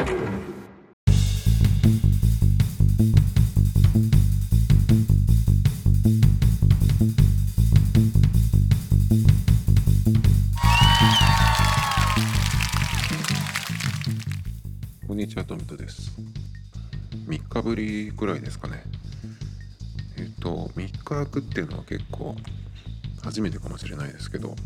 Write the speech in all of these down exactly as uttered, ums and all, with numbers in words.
こんにちは、トミトです。みっかぶりくらいですかね。えっとみっか空くっていうのは結構初めてかもしれないですけど、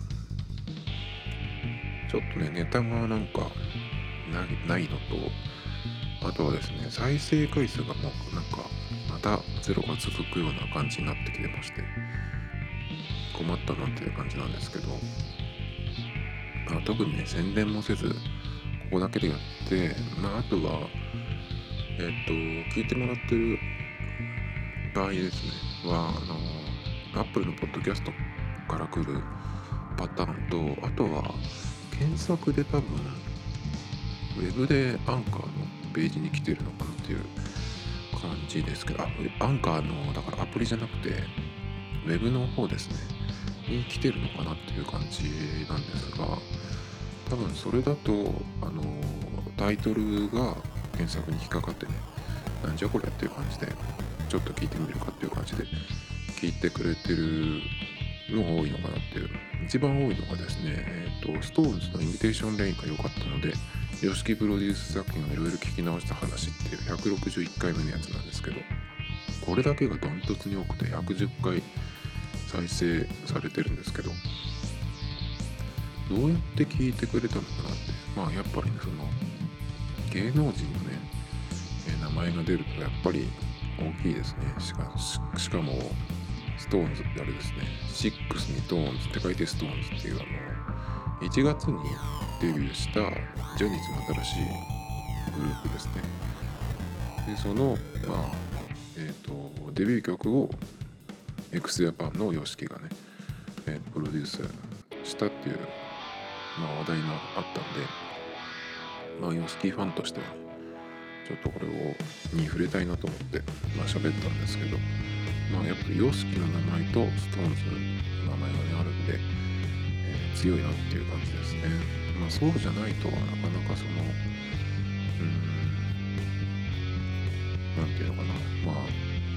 ちょっとねネタがなんかないないのと、あとはですね再生回数がもうなんかまたゼロが続くような感じになってきてまして、困ったなっていう感じなんですけど、まあ、特にね宣伝もせずここだけでやって、まああとはえっと聞いてもらってる場合ですねはあの Apple のポッドキャストから来るパターンと、あとは検索で多分ウェブでアンカーのページに来てるのかなっていう感じですけど、あアンカーのだからアプリじゃなくてウェブの方ですねに来てるのかなっていう感じなんですが、多分それだとあのタイトルが検索に引っかかってね、なんじゃこりゃっていう感じでちょっと聞いてみるかっていう感じで聞いてくれてるのが多いのかなっていう。一番多いのがですね、えっと SixTONES のイミテーションレインが良かったので、YOSHIKIプロデュース作品をいろいろ聞き直した話っていうひゃくろくじゅういっかいめのやつなんですけど、これだけがダントツに多くてひゃくじゅっかい再生されてるんですけど、どうやって聞いてくれたのかなって。まあやっぱりね、その芸能人のね名前が出るとやっぱり大きいですね。しか, ししかもストーンズってあれですね、シックスにトーンズって書いてストーンズっていう、あのいちがつにデビューしたジャニーズの新しいグループですね。でそのまあえっ、ー、とデビュー曲を x ジャパンの YOSHIKI がね、えー、プロデュースしたっていう、まあ、話題があったんで、まあ YOSHIKI ファンとしてはねちょっとこれをに触れたいなと思ってまあ喋ったんですけど、まあやっぱり YOSHIKI の名前と SixTONES の名前がねあるんで、えー、強いなっていう感じですね。まあそうじゃないとはなかなかそのうーんなんていうのかな、まあ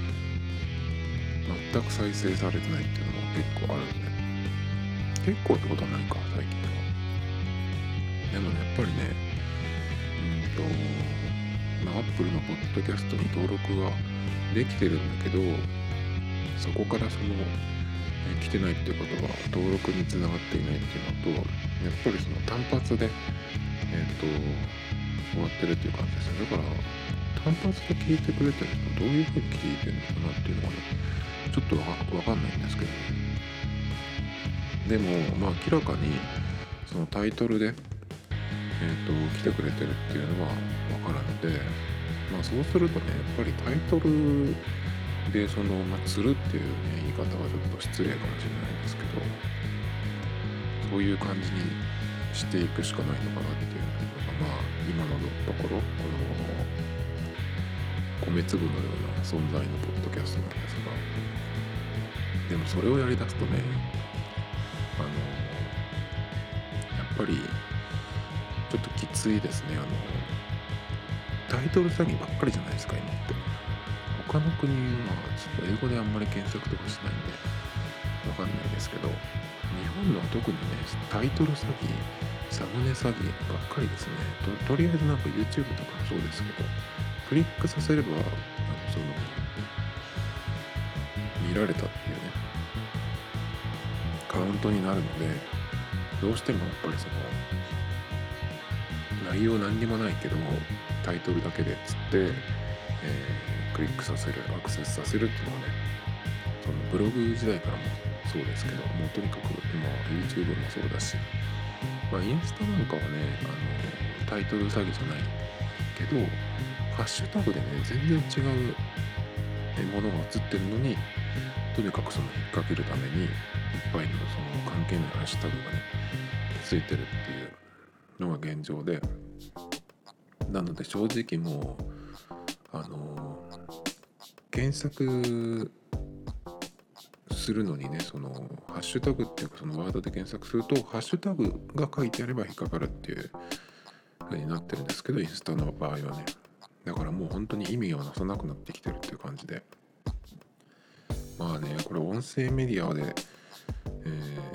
全く再生されてないっていうのも結構あるんで、結構ってことはないか最近は。でもねやっぱりねうんとまあ Apple のポッドキャストに登録はできてるんだけど、そこからそのえ来てないっていうことは登録につながっていないっていうのと、やっぱりその単発でえっと終わってるっていう感じですよ。だから単発で聞いてくれてる人どういう風に聞いてるのかなっていうのがねちょっとわかんないんですけど、でもまあ明らかにそのタイトルでえっと来てくれてるっていうのはわかるので、まあそうするとねやっぱりタイトルでその、まあ、釣るっていう、ね、言い方はちょっと失礼かもしれないんですけど、そういう感じにしていくしかないのかなっていうのが、まあ今のところこの米粒のような存在のポッドキャストなんですが、でもそれをやりだすとね、あのやっぱりちょっときついですね。あのタイトル詐欺ばっかりじゃないですか今って。他の国はちょっと英語であんまり検索とかしないんでわかんないですけど、日本のは特にねタイトル詐欺、サムネ詐欺ばっかりですね。 と, とりあえずなんか YouTube とかもそうですけど、クリックさせればあのその見られたっていうねカウントになるので、どうしてもやっぱりその内容何にもないけどもタイトルだけでつって、えー、クリックさせる、アクセスさせるっていうのはね、そのブログ時代からもそうですけど、もうとにかく今 YouTube もそうだし、まあインスタなんかはねあのタイトル詐欺じゃないけどハッシュタグでね全然違うものが映ってるのに、とにかくその引っ掛けるためにいっぱいのその関係ないハッシュタグがねついてるっていうのが現状で、なので正直もうあの検索するのにね、そのハッシュタグっていうかそのワードで検索するとハッシュタグが書いてあれば引っかかるっていう風になってるんですけど、インスタの場合はね。だからもう本当に意味をなさなくなってきてるっていう感じで、まあね、これ音声メディアで、え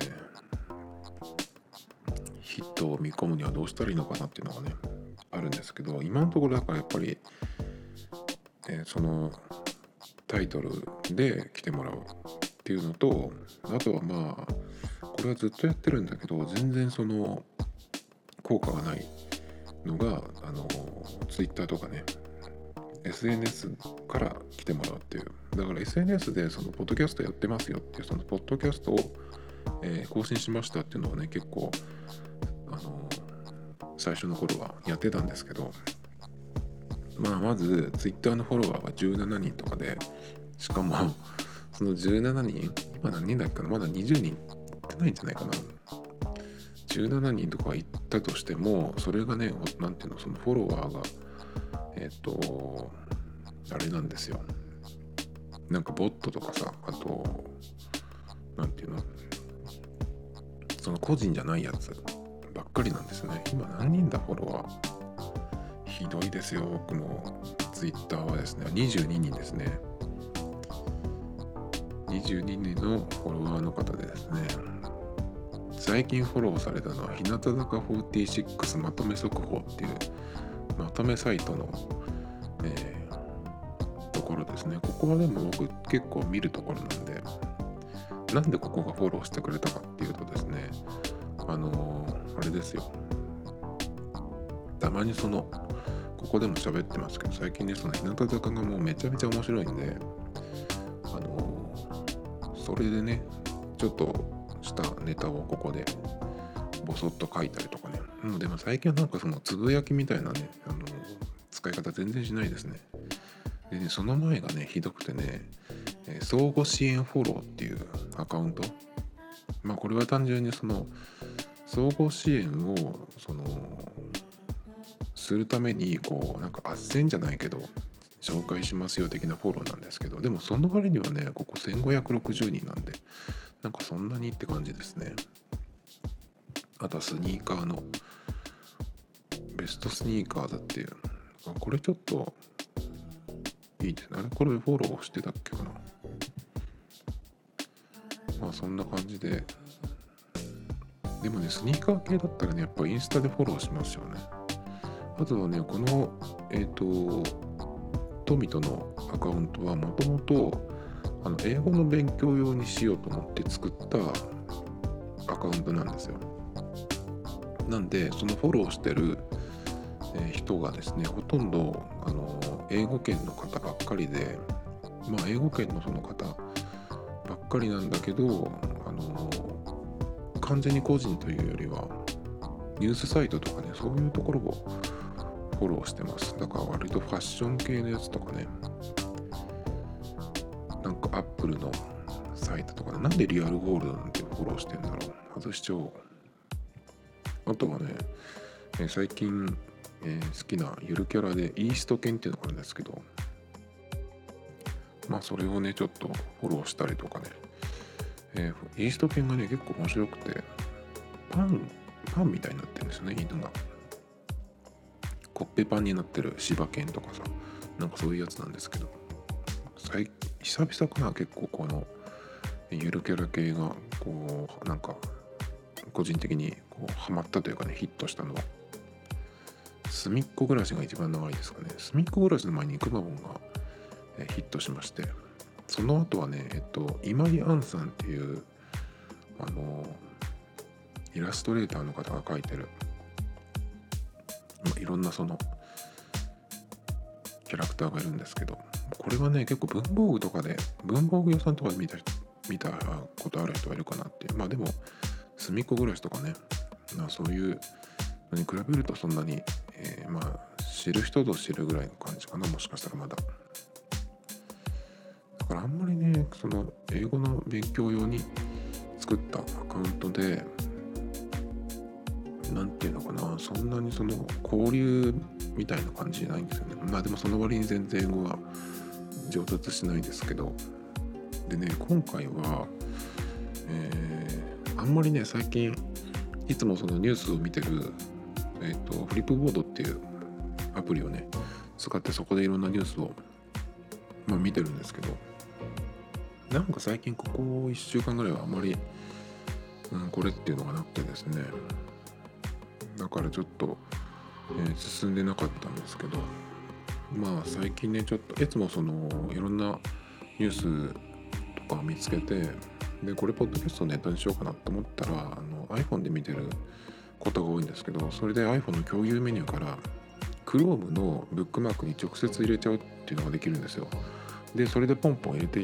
ー、ヒットを見込むにはどうしたらいいのかなっていうのがねあるんですけど、今のところだからやっぱり、えー、そのタイトルで来てもらうっていうのと、あとはまあこれはずっとやってるんだけど全然その効果がないのが、あのツイッターとかね エスエヌエス から来てもらうっていう。だから エスエヌエス でそのポッドキャストやってますよっていう、そのポッドキャストを、えー更新しましたっていうのはね結構、あの最初の頃はやってたんですけど、まあまず Twitter のフォロワーがじゅうななにんとかで、しかもそのじゅうななにん、今何人だっけかな、まだにじゅうにんいってないんじゃないかな。じゅうななにんとか行ったとしても、それがね、なんていうの、そのフォロワーがえっとあれなんですよ、なんかボットとかさ、あとなんていうの、その個人じゃないやつばっかりなんですね。今何人だフォロワー。ひどいですよ、僕のツイッターはですね、にじゅうににんですね。にじゅうににんのフォロワーの方でですね、最近フォローされたのは日向坂フォーティーシックスまとめ速報っていうまとめサイトの、えーところですね。ここはでも僕結構見るところなんで、なんでここがフォローしてくれたかっていうとですね、あのーあれですよ、たまにそのここでも喋ってますけど、最近ねその日向坂がもうめちゃめちゃ面白いんで、あのーそれでねちょっとしたネタをここでボソッと書いたりとかね。うん、でも最近はなんかそのつぶやきみたいなね、あのー使い方全然しないですね。でね、その前がねひどくてね、えー相互支援フォローっていうアカウント、まあこれは単純にその相互支援をそのするためにこうなんか斡旋じゃないけど紹介しますよ的なフォローなんですけど、でもその割にはねここせんごひゃくろくじゅうにんなんで、なんかそんなにって感じですね。あとはスニーカーのベストスニーカーズっていう、あこれちょっといいですね。あれこれフォローしてたっけかな。まあそんな感じで、でもねスニーカー系だったらねやっぱインスタでフォローしますよね。あとはねこのえっ、とトミトのアカウントはもともとあの英語の勉強用にしようと思って作ったアカウントなんですよ。なんでそのフォローしてるえー人がですねほとんどあの英語圏の方ばっかりで、まあ英語圏のその方ばっかりなんだけど、あの完全に個人というよりはニュースサイトとかねそういうところをフォローしてます。だから割とファッション系のやつとかね、なんかアップルのサイトとかね、なんでリアルゴールドなんてフォローしてんだろう、外しちゃおう。あとはね、えー最近、えー好きなゆるキャラでイースト犬っていうのがあるんですけど、まあそれをねちょっとフォローしたりとかね、えーイースト犬がね結構面白くて、パンパンみたいになってるんですよね、犬が。コッペパンになってる柴犬とかさ、なんかそういうやつなんですけど、最久々かな、結構このゆるキャラ系がこうなんか個人的にこうハマったというかねヒットしたのはすみっこ暮らしが一番長いですかね。すみっこ暮らしの前にくまモンがえーヒットしまして、その後はねえっと今井杏さんっていうあのイラストレーターの方が描いてる、まあ、いろんなそのキャラクターがいるんですけど、これはね結構文房具とかで文房具屋さんとかで見た見たことある人はいるかなっていう。まあでもすみっこ暮らしとかね、まあ、そういうのに比べるとそんなに、えー、まあ知る人ぞ知るぐらいの感じかな、もしかしたらまだ。だからあんまりねその英語の勉強用に作ったアカウントでなんていうのかな、そんなにその交流みたいな感じじゃないんですよね。まあでもその割に全然英語は上達しないですけど、でね今回は、えーあんまりね最近いつもそのニュースを見てるえっと、フリップボードっていうアプリをね、使ってそこでいろんなニュースを、まあ、見てるんですけど、なんか最近ここいっしゅうかんぐらいはあまり、うん、これっていうのがなくてですね、だからちょっと、えー進んでなかったんですけど、まあ最近ね、ちょっといつもそのいろんなニュースとか見つけて、でこれポッドキャストのネタにしようかなと思ったら、あの iPhone で見てることが多いんですけど、それで iPhone の共有メニューから Chrome のブックマークに直接入れちゃうっていうのができるんですよ。でそれでポンポン入れていって、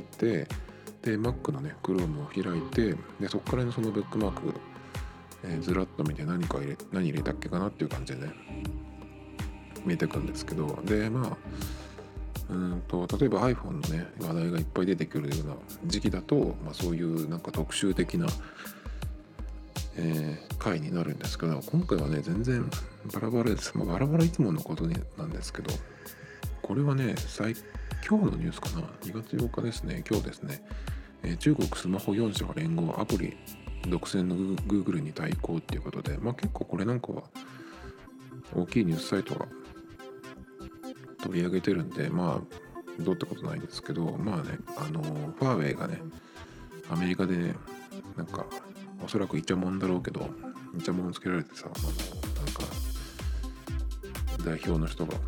で Mac のね Chrome を開いて、でそこからのそのブックマーク、えーずらっと見て何か入れ何入れたっけかなっていう感じでね見ていくんですけど、でまあうーんと例えば iPhone のね話題がいっぱい出てくるような時期だと、まあ、そういうなんか特集的な、えー回になるんですけど、今回はね全然バラバラです。まあ、バラバラいつものことになんですけど、これはね最今日のニュースかな、にがつようかですね。今日ですね、えー中国スマホよん社が連合、アプリ独占の Google に対抗っていうことで、まあ結構これなんかは大きいニュースサイトが取り上げてるんで、まあどうってことないんですけど、まあね、あのファーウェイがねアメリカでね、なんかおそらくイチャモンだろうけどイチャモンつけられてさ、あのなんか代表の人が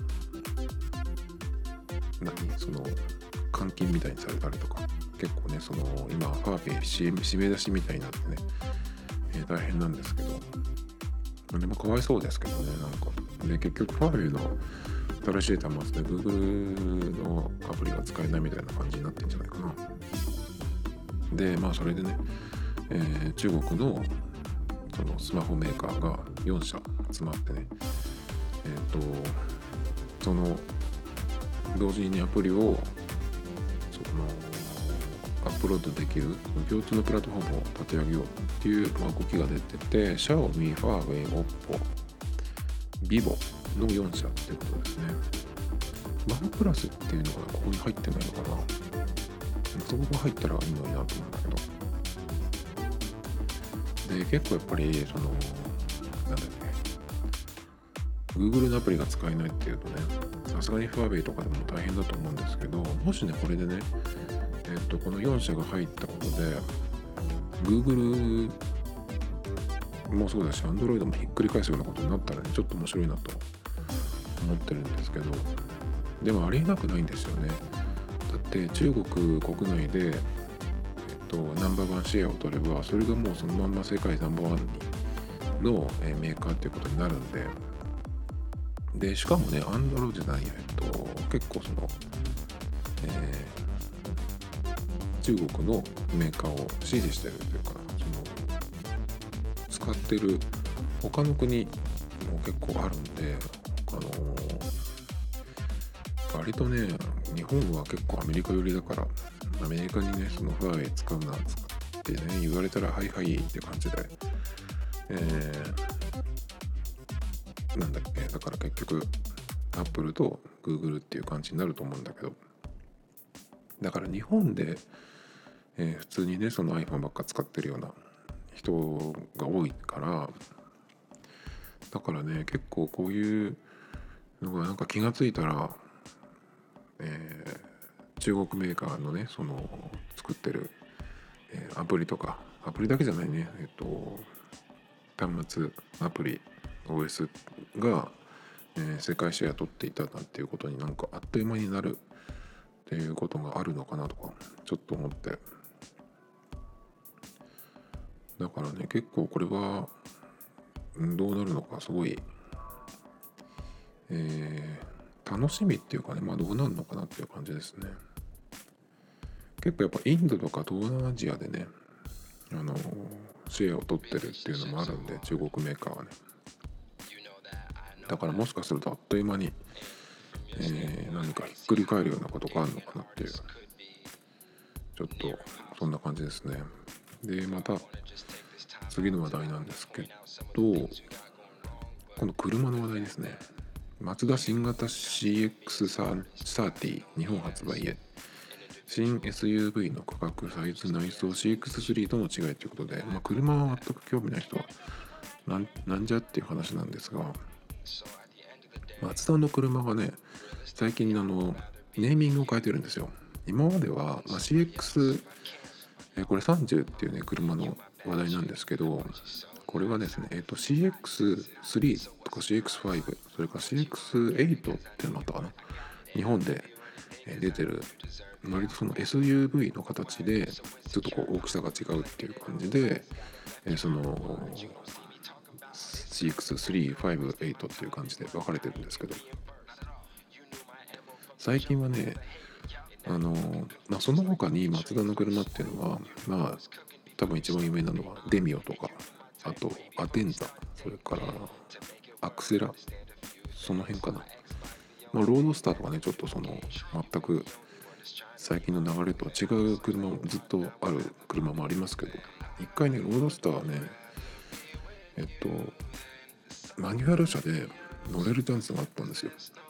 何その監禁みたいにされたりとか、結構ねその今ファーウェイ締め出しみたいになってね、えー大変なんですけど、でもかわいそうですけどね、なんかで結局ファーウェイの新しい端末で Google のアプリが使えないみたいな感じになってんじゃないかな。でまあそれでね、えー中国のそのスマホメーカーがよん社集まってね、えっ、とその同時にアプリをそのアップロードできる共通のプラットフォームを立ち上げようっていう、まあ、動きが出てて、シャオミ、ファーウェイ、オッポ、ビボのよん社っていうことですね。ワンプラスっていうのがここに入ってないのかな。そこが入ったらいいのになと思うんだけど。で、結構やっぱりそのなんだっけ、Google のアプリが使えないっていうとね、さすがにファーウェイとかでも大変だと思うんですけど、もしねこれでね、えっとこのよん社が入ったことで Google もそうだし Android もひっくり返すようなことになったらね、ちょっと面白いなと思ってるんですけど、でもありえなくないんですよね。だって中国国内で、えっと、ナンバーワンシェアを取れば、それがもうそのまんま世界ナンバーワンの、えーメーカーっていうことになるんで、でしかもね Android じゃないや、えっと結構その、えー中国のメーカーを支持してるというか、その使ってる他の国も結構あるんで、あのー割とね日本は結構アメリカ寄りだから、アメリカにねそのファーウェイ使うな使ってね言われたらはいはいって感じで、えー、なんだっけ、だから結局アップルとグーグルっていう感じになると思うんだけど、だから日本でえー普通にねその iPhone ばっか使ってるような人が多いから、だからね結構こういうのがなんか気がついたら、えー中国メーカーのねその作ってる、えーアプリとか、アプリだけじゃないね、えっと端末アプリ オーエス が、えー世界シェア取っていたなんていうことになんかあっという間になるっていうことがあるのかなとかちょっと思って、だからね結構これはんどうなるのかすごい、えー楽しみっていうかね、まあどうなるのかなっていう感じですね。結構やっぱインドとか東南アジアでね、あのシェアを取ってるっていうのもあるんで、中国メーカーはね。だからもしかするとあっという間に、えー何かひっくり返るようなことがあるのかなっていう、ちょっとそんな感じですね。でまた次の話題なんですけど、今度車の話題ですね。マツダ新型 シーエックスサーティー 日本発売へ。新 エスユーブイ の価格、サイズ、内装 シーエックススリー との違いということで、まあ、車は全く興味ない人はなんなんじゃっていう話なんですが、マツダの車がね、最近あのネーミングを変えてるんですよ。今までは、まあ、シーエックス、えーこれさんじゅうっていうね車の話題なんですけど、これがですね、えっ、と シーエックススリー とか シーエックスファイブ、それから シーエックスエイト っていうのもあったかな、日本でえー出てる割とその エスユーブイ の形でちょっとこう大きさが違うっていう感じで、えーその シーエックススリー、ファイブ、エイトっていう感じで分かれてるんですけど、最近はね、あのまあ、その他にマツダの車っていうのは、まあ多分一番有名なのはデミオとか、あとアテンザ、それからアクセラ、その辺かな。まあ、ロードスターとかね、ちょっとその全く最近の流れとは違う車もずっとある車もありますけど、一回ねロードスターはね、えっとマニュアル車で乗れるチャンスがあったんですよ。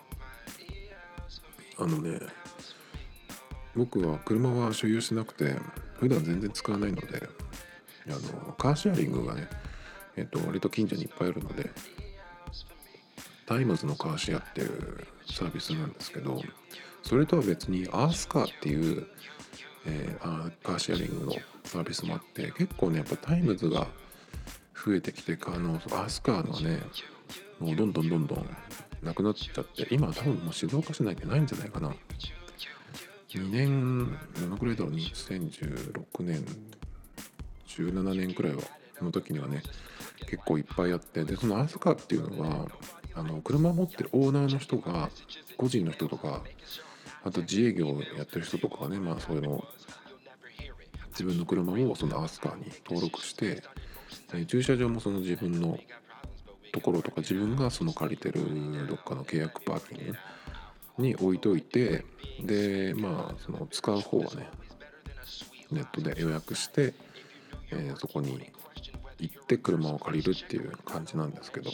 あのね、僕は車は所有しなくて普段全然使わないので、あのカーシェアリングがね、えっと割と近所にいっぱいあるので、タイムズのカーシェアっていうサービスなんですけど、それとは別にアースカーっていう、えー、あカーシェアリングのサービスもあって、結構ねやっぱタイムズが増えてきて、あのアースカーのねもうどんどんどんどんなくなっちゃって、今多分もう静岡市内でないんじゃないかな。にねん、どのくらいだろう、にせんじゅうろくねん、じゅうななねんくらいはの時にはね結構いっぱいあって、でそのアースカーっていうのはあの車を持ってるオーナーの人が、個人の人とか、あと自営業をやってる人とかがね、まあそういうの自分の車をそのアースカーに登録して、え駐車場もその自分のところとか、自分がその借りてるどっかの契約パーキングに置いといて、でまあその使う方はねネットで予約して、えーそこに行って車を借りるっていう感じなんですけど、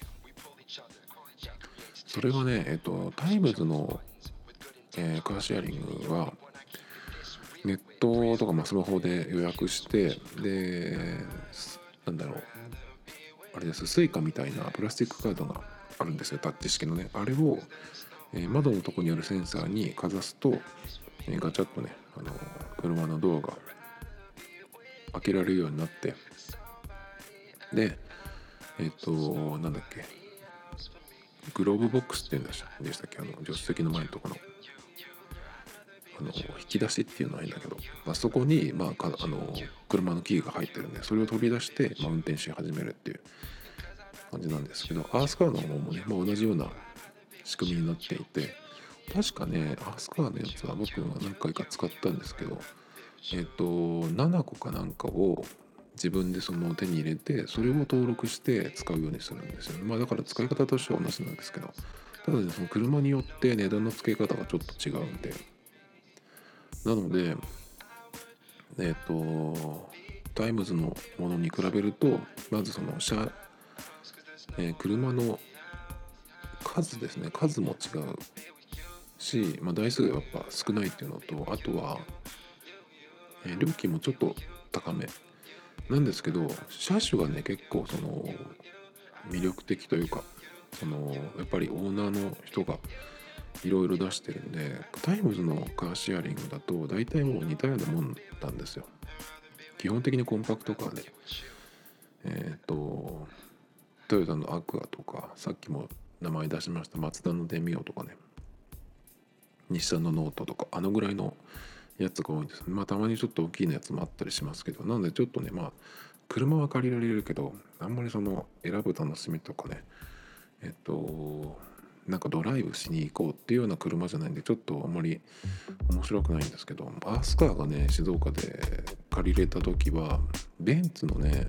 それがね、えっとタイムズの、えーカーシェアリングはネットとか、まあスマホで予約して、でなんだろう、あれです、スイカみたいなプラスチックカードがあるんですよ、タッチ式のね。あれを、えー窓のとこにあるセンサーにかざすと、えーガチャッとね、あの車のドアが開けられるようになって、でえっ、となんだっけ、グローブボックスっていうんでしたっけ、あの助手席の前のところのあの引き出しっていうのはいいんだけど、まあ、そこに、まあ、かあの車のキーが入ってるんで、それを取り出して、まあ、運転し始めるっていう感じなんですけど、アースカーの方もね、まあ、同じような仕組みになっていて、確かねアースカーのやつは僕は何回か使ったんですけど、えっ、とななこかなんかを自分でその手に入れて、それを登録して使うようにするんですよね。まあだから使い方としては同じなんですけど、ただねその車によって値段の付け方がちょっと違うんで、なのでえっ、とタイムズのものに比べると、まずその車、えー車の数ですね、数も違うし、まあ、台数がやっぱ少ないっていうのと、あとは、えー料金もちょっと高めなんですけど、車種がね結構その魅力的というか、そのやっぱりオーナーの人がいろいろ出してるんで、タイムズのカーシェアリングだと大体もう似たようなもんなんですよ。基本的にコンパクトカーで、えっ、とトヨタのアクアとか、さっきも名前出しましたマツダのデミオとかね、日産のノートとか、あのぐらいのやつが多いんですね。まあたまにちょっと大きいのやつもあったりしますけど、なのでちょっとね、まあ車は借りられるけど、あんまりその選ぶ楽しみとかね、えっとなんかドライブしに行こうっていうような車じゃないんで、ちょっとあんまり面白くないんですけど、アースカーがね静岡で借りれた時は、ベンツのね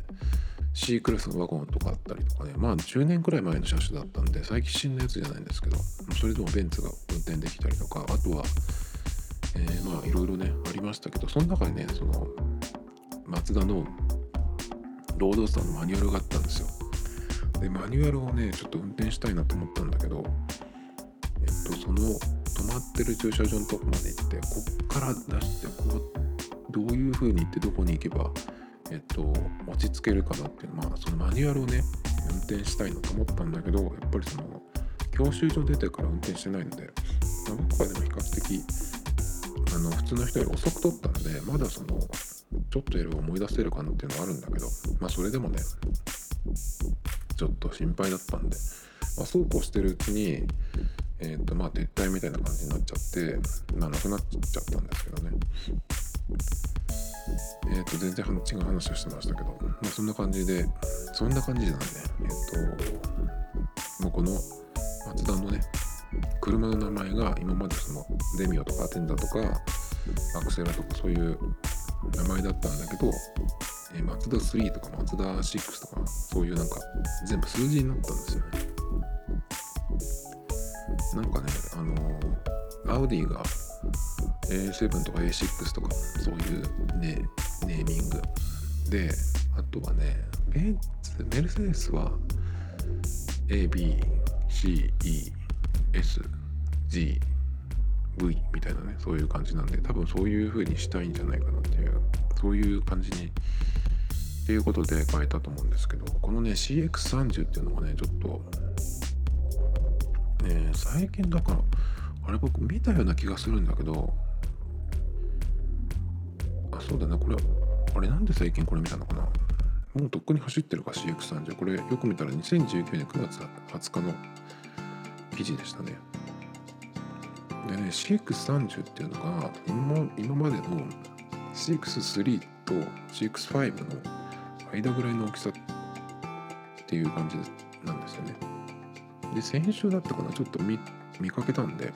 C クラスのワゴンとかあったりとかね、まあじゅうねんくらい前の車種だったんで最新のやつじゃないんですけど、それでもベンツが運転できたりとか、あとは、えー、まあいろいろねありましたけど、その中にねそのマツダのロードスターのマニュアルがあったんですよ。でマニュアルをねちょっと運転したいなと思ったんだけど、えっとその止まってる駐車場のとこまで行って、こっから出してこうどういう風に行ってどこに行けばえっと落ち着けるかなっていう、まあそのマニュアルをね運転したいなと思ったんだけど、やっぱりその教習所出てから運転してないので、まあ、僕はでも比較的あの普通の人より遅く取ったので、まだそのちょっとやれば思い出せるかなっていうのはあるんだけど、まあそれでもねちょっと心配だったんで、まあ、そうこうしてるうちにえっとまあ撤退みたいな感じになっちゃって、まあなくなっちゃったんですけどね。えっと全然違う話をしてましたけど、まあそんな感じで、そんな感じじゃないね。えっともうこのマツダのね車の名前が今までそのデミオとかアテンダとかアクセラとかそういう名前だったんだけど、えー、マツダスリーとかマツダシックスとかそういうなんか全部数字になったんですよね。なんかね、あのー、アウディが エーセブン とか エーシックス とかそういうねネーミングで、あとはねベンツメルセデスは エービーシーイーエスジーブイ みたいなね、そういう感じなんで、多分そういう風にしたいんじゃないかなっていう、そういう感じにっていうことで変えたと思うんですけど、このね シーエックスサーティー っていうのがねちょっとね最近だからあれ僕見たような気がするんだけど、あそうだね、これあれなんで最近これ見たのかな、もうとっくに走ってるか シーエックスサーティー、これよく見たらにせんじゅうきゅうねんくがつはつかの記事でしたね。でね シーエックスサーティー っていうのが 今, 今までの シーエックススリー と シーエックスファイブ の間ぐらいの大きさっていう感じなんですよね。で先週だったかな、ちょっと 見, 見かけたんで、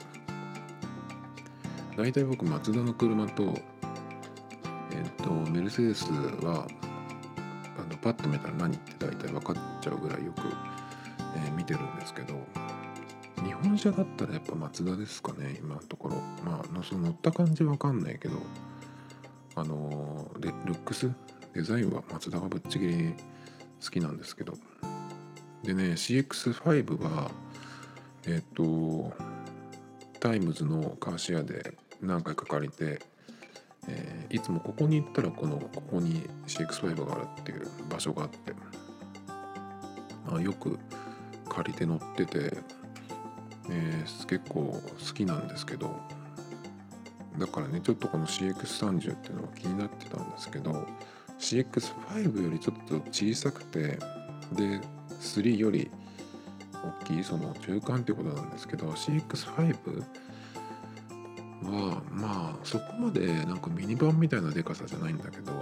だいたい僕マツダの車とえっ、とメルセデスはあのパッと見たら何って大体分かっちゃうぐらいよく、えー見てるんですけど、日本車だったらやっぱマツダですかね今のところ。まあその乗った感じわかんないけど、あのー、でルックスデザインはマツダがぶっちぎり好きなんですけど、でね シーエックスファイブ はえっ、とタイムズのカーシェアで何回か借りて、えーいつもここに行ったらこのここに シーエックスファイブ があるっていう場所があって、まあ、よく借りて乗ってて、えー結構好きなんですけど、だからねちょっとこの シーエックスサーティー っていうのが気になってたんですけど、 シーエックスファイブ よりちょっと小さくて、でスリーより大きいその中間っていうことなんですけど、 シーエックスファイブ はまあそこまでなんかミニバンみたいなでかさじゃないんだけど、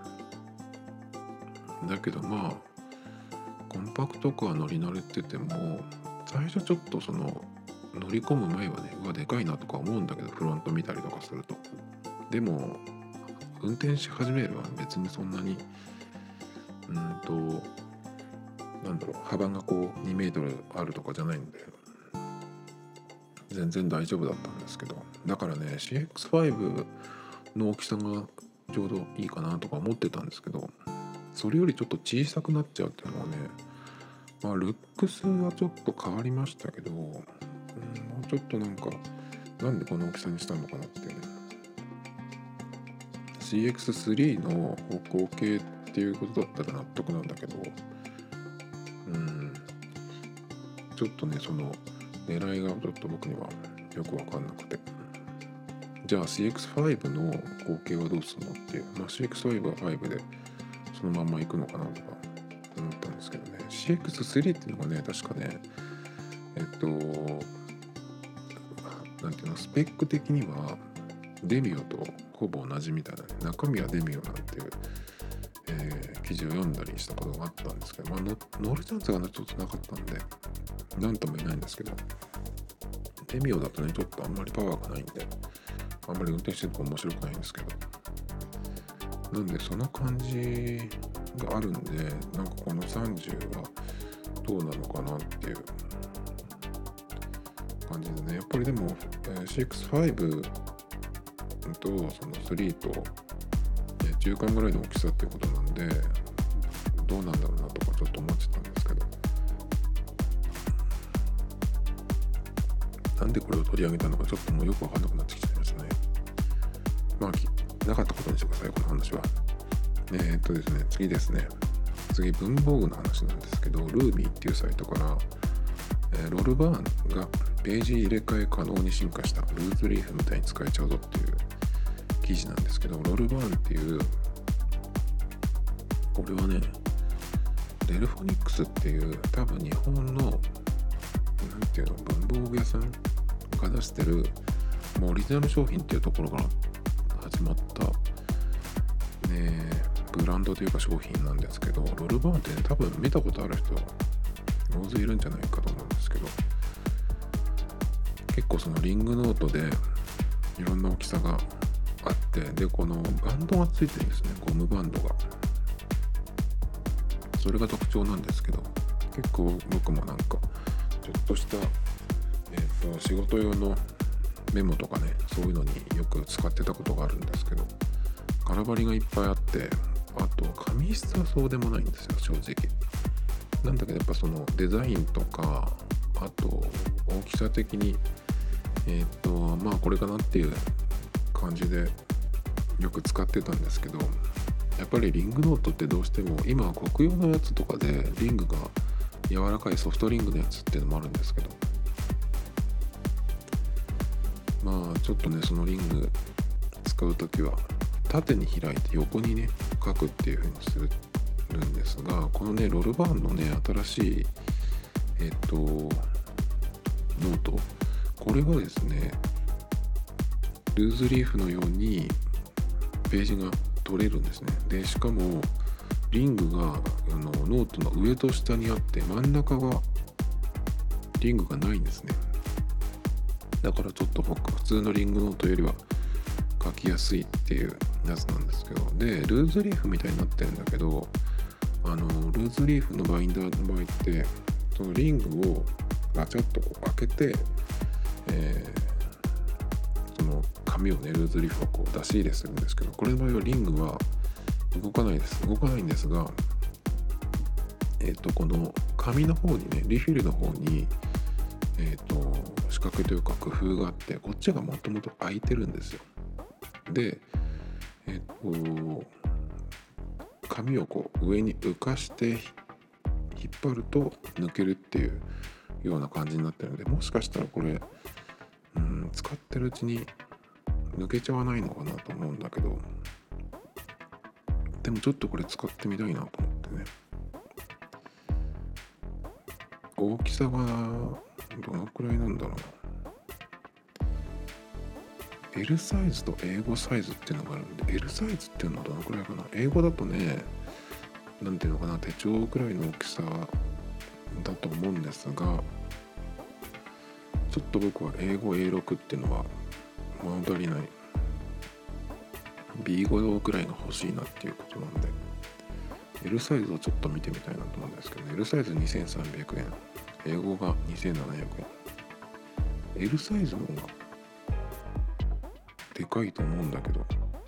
だけどまあコンパクトカー乗り慣れてても最初ちょっとその乗り込む前はねうわでかいなとか思うんだけど、フロント見たりとかすると、でも運転し始めれば別にそんなにうんとなんだろう幅がこうにメートルあるとかじゃないんで全然大丈夫だったんですけど、だからね シーエックスファイブ の大きさがちょうどいいかなとか思ってたんですけど、それよりちょっと小さくなっちゃうっていうのはね、まあルックスはちょっと変わりましたけど、うん、もうちょっとなんかなんでこの大きさにしたのかなっていうね、 シーエックススリー の方向系っていうことだったら納得なんだけど、うんちょっとねその狙いがちょっと僕にはよく分かんなくて、じゃあ シーエックスファイブ の後継はどうするのっていう、まあ、シーエックスファイブ はファイブでそのまんま行くのかなとか思ったんですけどね、 シーエックススリー っていうのがね確かねえっとなんていうのスペック的にはデミオとほぼ同じみたいな、ね、中身はデミオなんていう、えー、記事を読んだりしたことがあったんですけど、まあ、乗るチャンスがちょっとなかったんでなんとも言えないんですけど、デミオだとねちょっとあんまりパワーがないんであんまり運転してると面白くないんですけど、なんでその感じがあるんで、なんかこのさんじゅうはどうなのかなっていう感じでね、やっぱりでも、えー、シーエックスファイブ とそのスリーと、えー、中間ぐらいの大きさってことなんでどうなんだろうなとかちょっと思ってたんですけど、なんでこれを取り上げたのかちょっともうよくわかんなくなってきちゃいましたね。まあなかったことにしてくださいこの話は。 えー、っとですね、次ですね。次、文房具の話なんですけど、Ruby っていうサイトから、えー、ロルバーンがページ入れ替え可能に進化したルーズリーフみたいに使えちゃうぞっていう記事なんですけど、ロルバーンっていう、これはね、デルフォニックスっていう多分日本の、なんていうの、文房具屋さんが出してる、もうオリジナル商品っていうところから始まった、ね、ブランドというか商品なんですけど、ロルバーンってね、多分見たことある人大勢いるんじゃないかと思うんですけど、結構そのリングノートでいろんな大きさがあって、でこのバンドがついてるんですね、ゴムバンドが。それが特徴なんですけど、結構僕もなんかちょっとした、えーと、仕事用のメモとかね、そういうのによく使ってたことがあるんですけど、空張りがいっぱいあって、あと紙質はそうでもないんですよ、正直。なんだけどやっぱそのデザインとか、あと大きさ的にえっとまあこれかなっていう感じでよく使ってたんですけど、やっぱりリングノートってどうしても今は国用のやつとかでリングが柔らかいソフトリングのやつっていうのもあるんですけど、まあちょっとねそのリング使うときは縦に開いて横にね書くっていう風にするんですが、このねロルバーンのね新しいえっとノート、これはですねルーズリーフのようにページが取れるんですね。でしかもリングがあのノートの上と下にあって、真ん中がリングがないんですね。だからちょっと普通のリングノートよりは書きやすいっていうやつなんですけど、でルーズリーフみたいになってるんだけど、あのルーズリーフのバインダーの場合ってそのリングをガチャッとこう開けて、えー、その紙をねルーズリーフをこう出し入れするんですけど、これの場合はリングは動かないです動かないんですが、えっ、ー、とこの紙の方にねリフィルの方にえっ、ー、と仕掛けというか工夫があって、こっちがもともと開いてるんですよ。でえっ、ー、と紙をこう上に浮かして引っ張ると抜けるっていうような感じになってるので、もしかしたらこれうん使ってるうちに抜けちゃわないのかなと思うんだけど、でもちょっとこれ使ってみたいなと思ってね。大きさがどのくらいなんだろうな。L サイズと英語サイズっていうのがあるんで、 L サイズっていうのはどのくらいかな。英語だとね、なんていうのかな、手帳くらいの大きさだと思うんですが、ちょっと僕は英語 エーろく っていうのは物足りない。 ビーご 用くらいが欲しいなっていうことなんで、 L サイズをちょっと見てみたいなと思うんですけど、ね、L サイズにせんさんびゃくえん、英語がにせんななひゃくえん。L サイズの方がでかいと思うんだけど、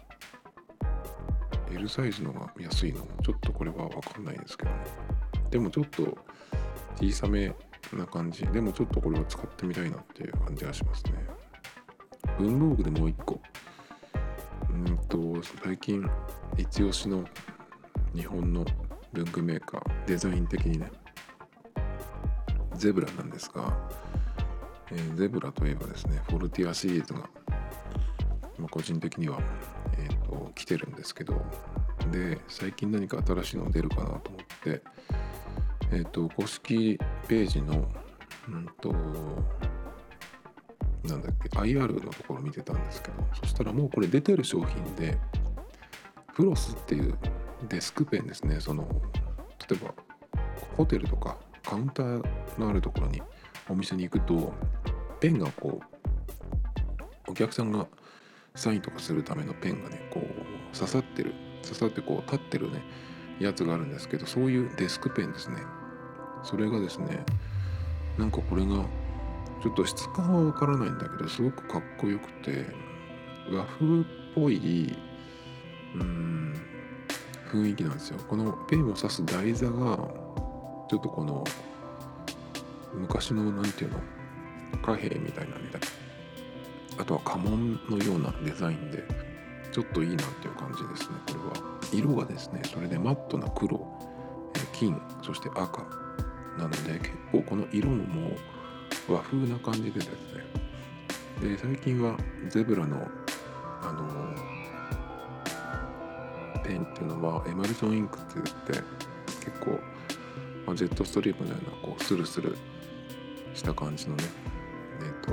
L サイズのが安いのちょっとこれは分かんないですけどね。でもちょっと小さめな感じでも、ちょっとこれを使ってみたいなっていう感じがしますね。文房具でもう一個、うんと最近一押しの日本の文具メーカー、デザイン的にねゼブラなんですが、えー、ゼブラといえばですね、フォルティアシリーズが、まあ、個人的には、えー、と来てるんですけど、で最近何か新しいの出るかなと思って、えー、と公式ページのうんとなんだっけ アイアール のところ見てたんですけど、そしたらもうこれ出てる商品でフロスっていうデスクペンですね。その例えばホテルとかカウンターのあるところにお店に行くと、ペンがこうお客さんがサインとかするためのペンがねこう刺さってる刺さってこう立ってるねやつがあるんですけど、そういうデスクペンですね。それがですね、なんかこれがちょっと質感はわからないんだけど、すごくかっこよくて和風っぽい、うーん雰囲気なんですよ。このペンを刺す台座がちょっとこの昔のなんていうの貨幣みたいなみたいな、あとは家紋のようなデザインで、 ちょっといいなっていう感じですね。これは色がですね、それでマットな黒、えー金、そして赤なので、結構この色ももう和風な感じでですね、で最近はゼブラのあのーペンっていうのはエマルソンインクって言って結構、まあ、ジェットストリームのようなこうスルスルした感じのねえっ、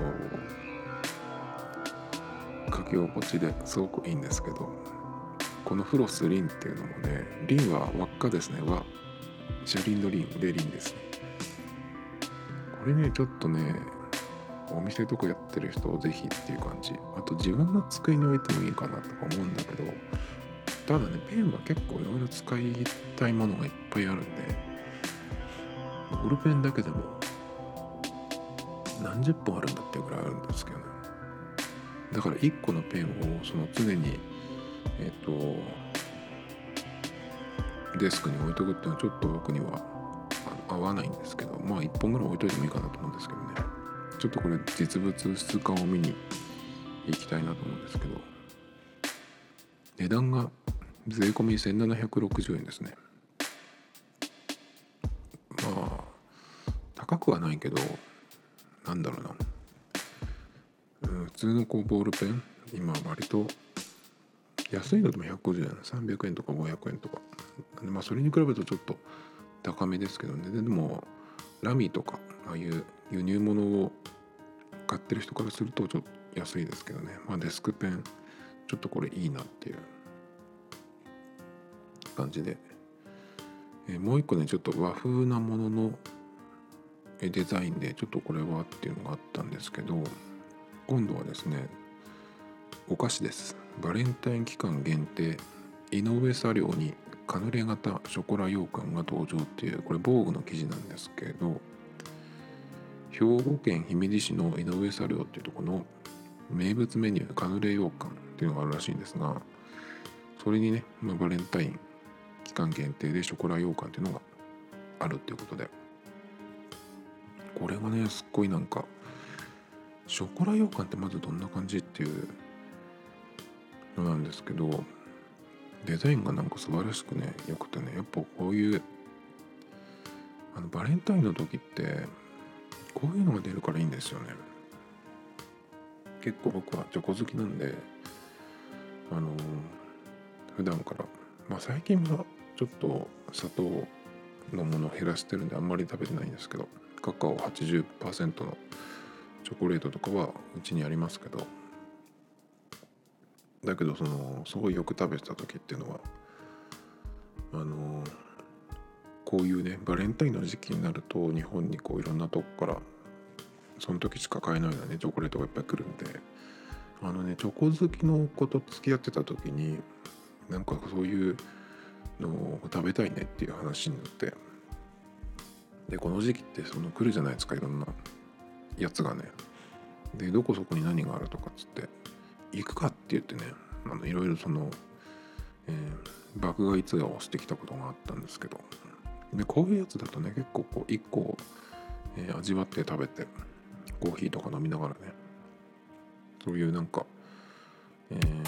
と書き心地ですごくいいんですけど、このフロスリンっていうのもね、リンは輪っかですね、輪車輪のリンでリンですね。これねちょっとねお店とかやってる人ぜひっていう感じ。あと自分の机に置いてもいいかなとか思うんだけど、ただねペンは結構いろいろ使いたいものがいっぱいあるんで、ボールペンだけでも何十本あるんだっていうぐらいあるんですけどね。だからいっこのペンをその常にえっ、とデスクに置いとくっていうのはちょっと僕には合わないんですけど、まあいっぽんぐらい置いといてもいいかなと思うんですけどね。ちょっとこれ実物質感を見に行きたいなと思うんですけど、値段が税込みせんななひゃくろくじゅうえんですね。まあ高くはないけど、なんだろうな、うん、普通のこうボールペン今割と安いのでもひゃくごじゅうえん、さんびゃくえんとかごひゃくえんとか、まあそれに比べるとちょっと高めですけどね。でもラミとかああいう輸入物を買ってる人からするとちょっと安いですけどね。まあデスクペンちょっとこれいいなっていう感じで、えー、もう一個ねちょっと和風なもののデザインでちょっとこれはっていうのがあったんですけど、今度はですねお菓子です。バレンタイン期間限定井上茶寮にカヌレ型ショコラ羊羹が登場っていう、これ防具の記事なんですけど、兵庫県姫路市の井上茶寮っていうところの名物メニューカヌレ羊羹っていうのがあるらしいんですが、それにね、まあ、バレンタイン期間限定でショコラ羊羹っていうのがあるっていうことで、これがねすっごいなんかショコラ羊羹ってまずどんな感じっていうのなんですけど、デザインがなんか素晴らしくねよくてね、やっぱこういうあのバレンタインの時ってこういうのが出るからいいんですよね。結構僕はチョコ好きなんで、あのー、普段からまあ最近はちょっと砂糖のものを減らしてるんであんまり食べてないんですけど、カカオ はちじゅっパーセント のチョコレートとかはうちにありますけど、だけどそのすごいよく食べてた時っていうのはあのこういうねバレンタインの時期になると日本にこういろんなとこからその時しか買えないようなねチョコレートがいっぱい来るんで、あのねチョコ好きの子と付き合ってた時になんかそういうのを食べたいねっていう話になって、でこの時期ってその来るじゃないですか、いろんなやつがね。でどこそこに何があるとかっつって行くかって言ってね、あのいろいろその、えー、爆買いツアーをしてきたことがあったんですけど、でこういうやつだとね結構こういっこ、えー、味わって食べてコーヒーとか飲みながらね、そういうなんか、えー、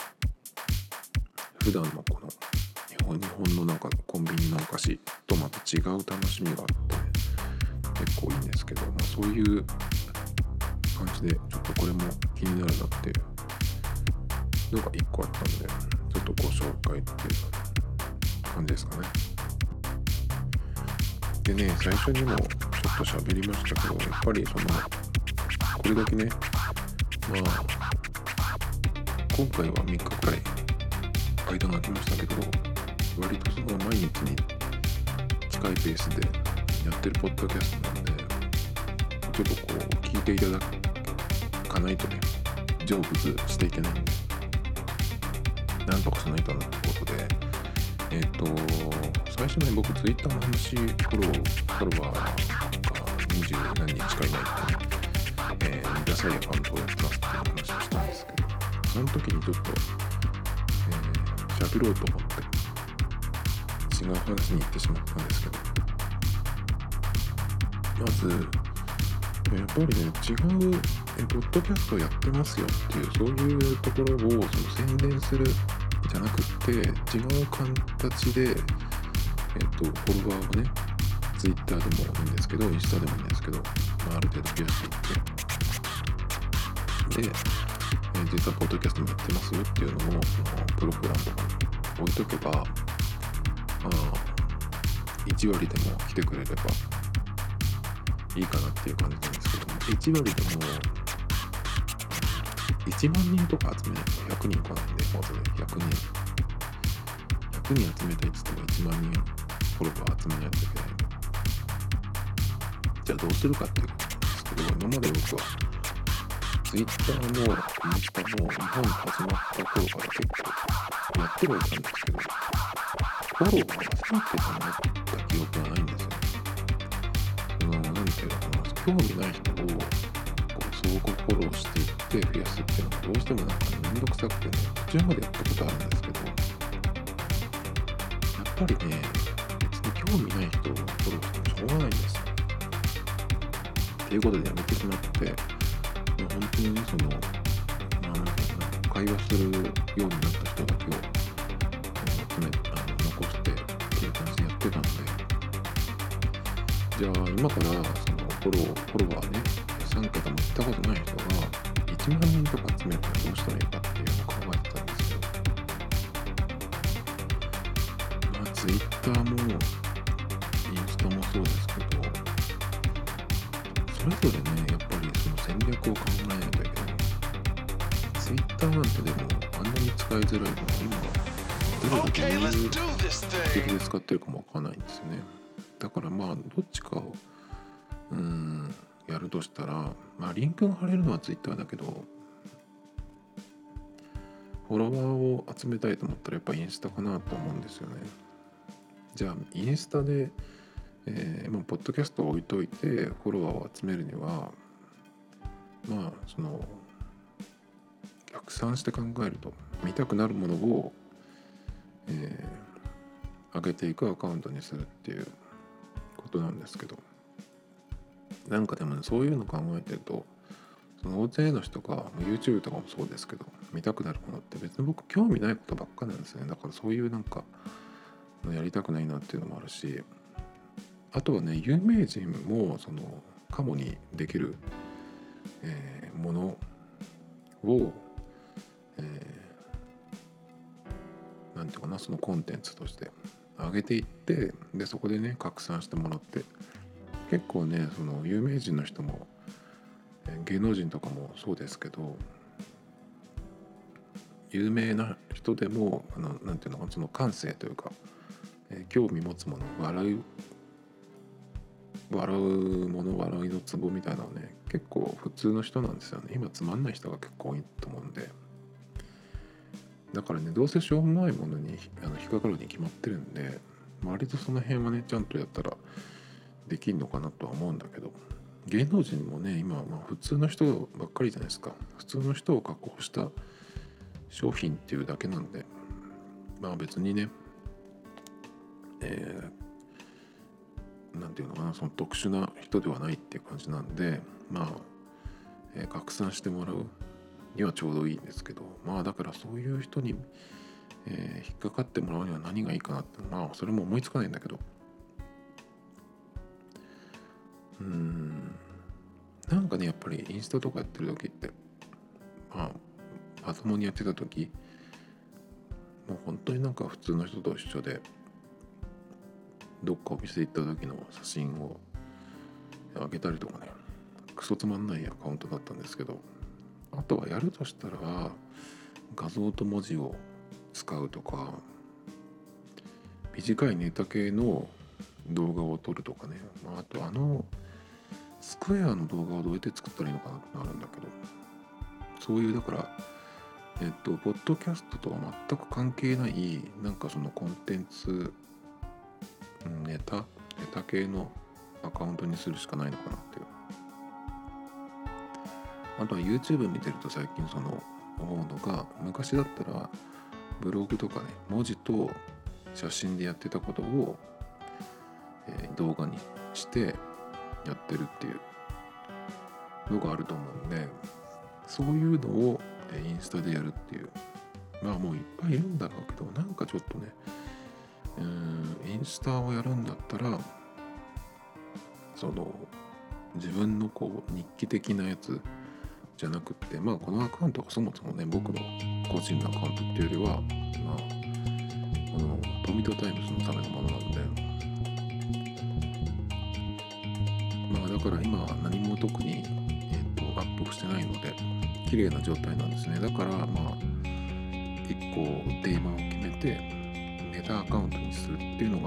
普段のこの日本日本のなんかコンビニのお菓子とまた違う楽しみがあって、ね、結構いいんですけど、まあ、そういう感じでちょっとこれも気になるなっていうのがいっこあったんで、ちょっとご紹介っていう感じですかね。でね、最初にもちょっと喋りましたけど、やっぱりそのこれだけね、まあ今回はみっかくらい間が空きましたけど、割とその毎日に近いペースでやってるポッドキャストなんで、ちょっとこう聞いていただかないとね成仏していけないんで、なんとかしないとなってことで、えっ、ー、と最初ね僕ツイッターの話フォローフォロワーがにじゅうなんにんしかいないってね、えー、ダサいアカウントをやってますっていう話をしたんですけど、その時にちょっとえー、喋ろうと思って違う話に行ってしまったんですけど、まずやっぱりね、違うえポッドキャストをやってますよっていう、そういうところをその宣伝するじゃなくって、違う形で、えっと、フォロワーをね、Twitter でもいいんですけど、インスタでもいいんですけど、まあ、ある程度増やしていって、で、えー実はポッドキャストもやってますよっていうのを、そのプログラムとかに置いとけば、まあ、いち割でも来てくれればいいかなっていう感じなんですけども、いち割でもいちまんにんとか集めないとひゃくにん来ないんで、まずね、ひゃくにん。ひゃくにん集めたいって言ってもいちまんにんフォロワー集めないといけないんで。じゃあどうするかっていうことなんですけど、今まで僕は Twitter もインスタも日本に始まった頃から結構やってはいたんですけど、フォローが集まってたなった記憶はないんですよね。その、なんていうのかな、興味ない人をこう相互フォローしていって増やすっていうのがどうしてもなんかめんどくさくてね、途中までやったことあるんですけど、やっぱりね、別に興味ない人をフォローしてもしょうがないんですよ。っていうことでやめてしまって、まあ、本当にね、その、まあ、なんていうのかな、会話するようになった人だけを集め、あの残してっていう感じでやってたので、じゃあ今からそのフォロー、フォロワーね、さん桁も行ったことない人がいちまんにんとか集めるにはどうしたらいいかっていうのを考えてたんですけど、まあ Twitter もインスタもそうですけど、それぞれね、やっぱりその戦略を考えないといけない。Twitter なんてでもあんなに使いづらいのは今、どれだけ理由的で使ってるかもわかんないんですよね。だからまあ、どっちかを、うーん、やるとしたら、まあ、リンクが貼れるのは Twitter だけど、フォロワーを集めたいと思ったらやっぱインスタかなと思うんですよね。じゃあ、インスタで、えーまあ、ポッドキャストを置いといてフォロワーを集めるには、まあ、その、逆算して考えると、見たくなるものを、えー、上げていくアカウントにするっていうことなんですけど、なんかでもね、そういうの考えてると、その大勢の人が YouTube とかもそうですけど、見たくなるものって別に僕興味ないことばっかなんですね。だからそういうなんかやりたくないなっていうのもあるし、あとはね、有名人もそのカモにできる、えーものを、えーなんていうかな、そのコンテンツとして上げていって、でそこでね拡散してもらって、結構ね、その有名人の人も芸能人とかもそうですけど、有名な人でもあのなんていうのかな、その感性というか、えー興味持つもの、笑う笑うもの、笑いのツボみたいなのね、結構普通の人なんですよね。今つまんない人が結構多いと思うんで、だからね、どうせしょうもないものにあの引っかかるに決まってるんで、割とその辺はねちゃんとやったらできんのかなとは思うんだけど、芸能人もね今はまあ普通の人ばっかりじゃないですか。普通の人を加工した商品っていうだけなんで、まあ別にね、えー、なんていうのかな、その特殊な人ではないっていう感じなんで、まあ、えー拡散してもらうにはちょうどいいんですけど、まあだからそういう人に、えー引っかかってもらうには何がいいかなって、まあそれも思いつかないんだけど、うーんなんかね、やっぱりインスタとかやってる時って、まあまともにやってた時、もう本当になんか普通の人と一緒で、どっかお店行った時の写真をあげたりとかね、クソつまんないアカウントだったんですけど、あとはやるとしたら画像と文字を使うとか、短いネタ系の動画を撮るとかね、まあ、あとあのスクエアの動画をどうやって作ったらいいのかなってなるんだけど、そういうだからえっとポッドキャストとは全く関係ないなんかそのコンテンツ、ネタネタ系のアカウントにするしかないのかなっていう。あとは YouTube 見てると最近その思うのが、昔だったらブログとかね、文字と写真でやってたことを、えー動画にしてやってるっていうのがあると思うんで、そういうのをインスタでやるっていう、まあもういっぱいいるんだろうけど、なんかちょっとね、うーんインスタをやるんだったら、その自分のこう日記的なやつじゃなくって、まあこのアカウントがそもそもね、僕の個人のアカウントっていうよりは、まあこのトミトタイムズのためのものなんで、まあだから今は何も特に、えー、とアップしてないので綺麗な状態なんですね。だからまあ一個テーマを決めてネタアカウントにするっていうのが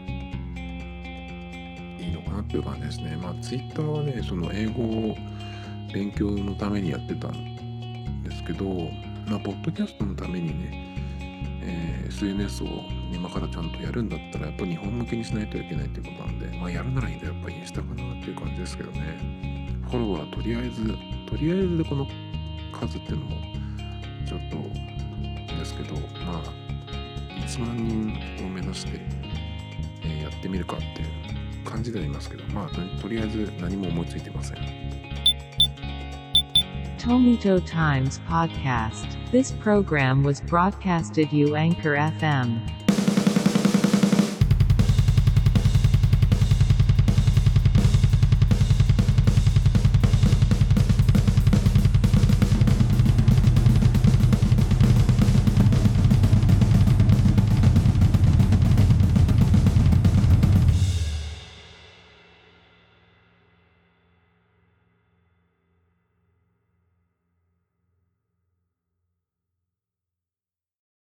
いいのかなっていう感じですね。まあツイッターはね、その英語を勉強のためにやってたんですけど、まあポッドキャストのためにね、えー、エスエヌエス を今からちゃんとやるんだったらやっぱ日本向けにしないといけないっていうことなんで、まあやるならいいんだやっぱりインスタかなっていう感じですけどね。フォロワーとりあえずとりあえずでこの数っていうのもちょっとですけど、まあいちまんにんを目指して、えー、やってみるかっていう感じでありますけど、まあ と, とりあえず何も思いついてません。 Tomito Times Podcast. This program was broadcasted you Anchor F M.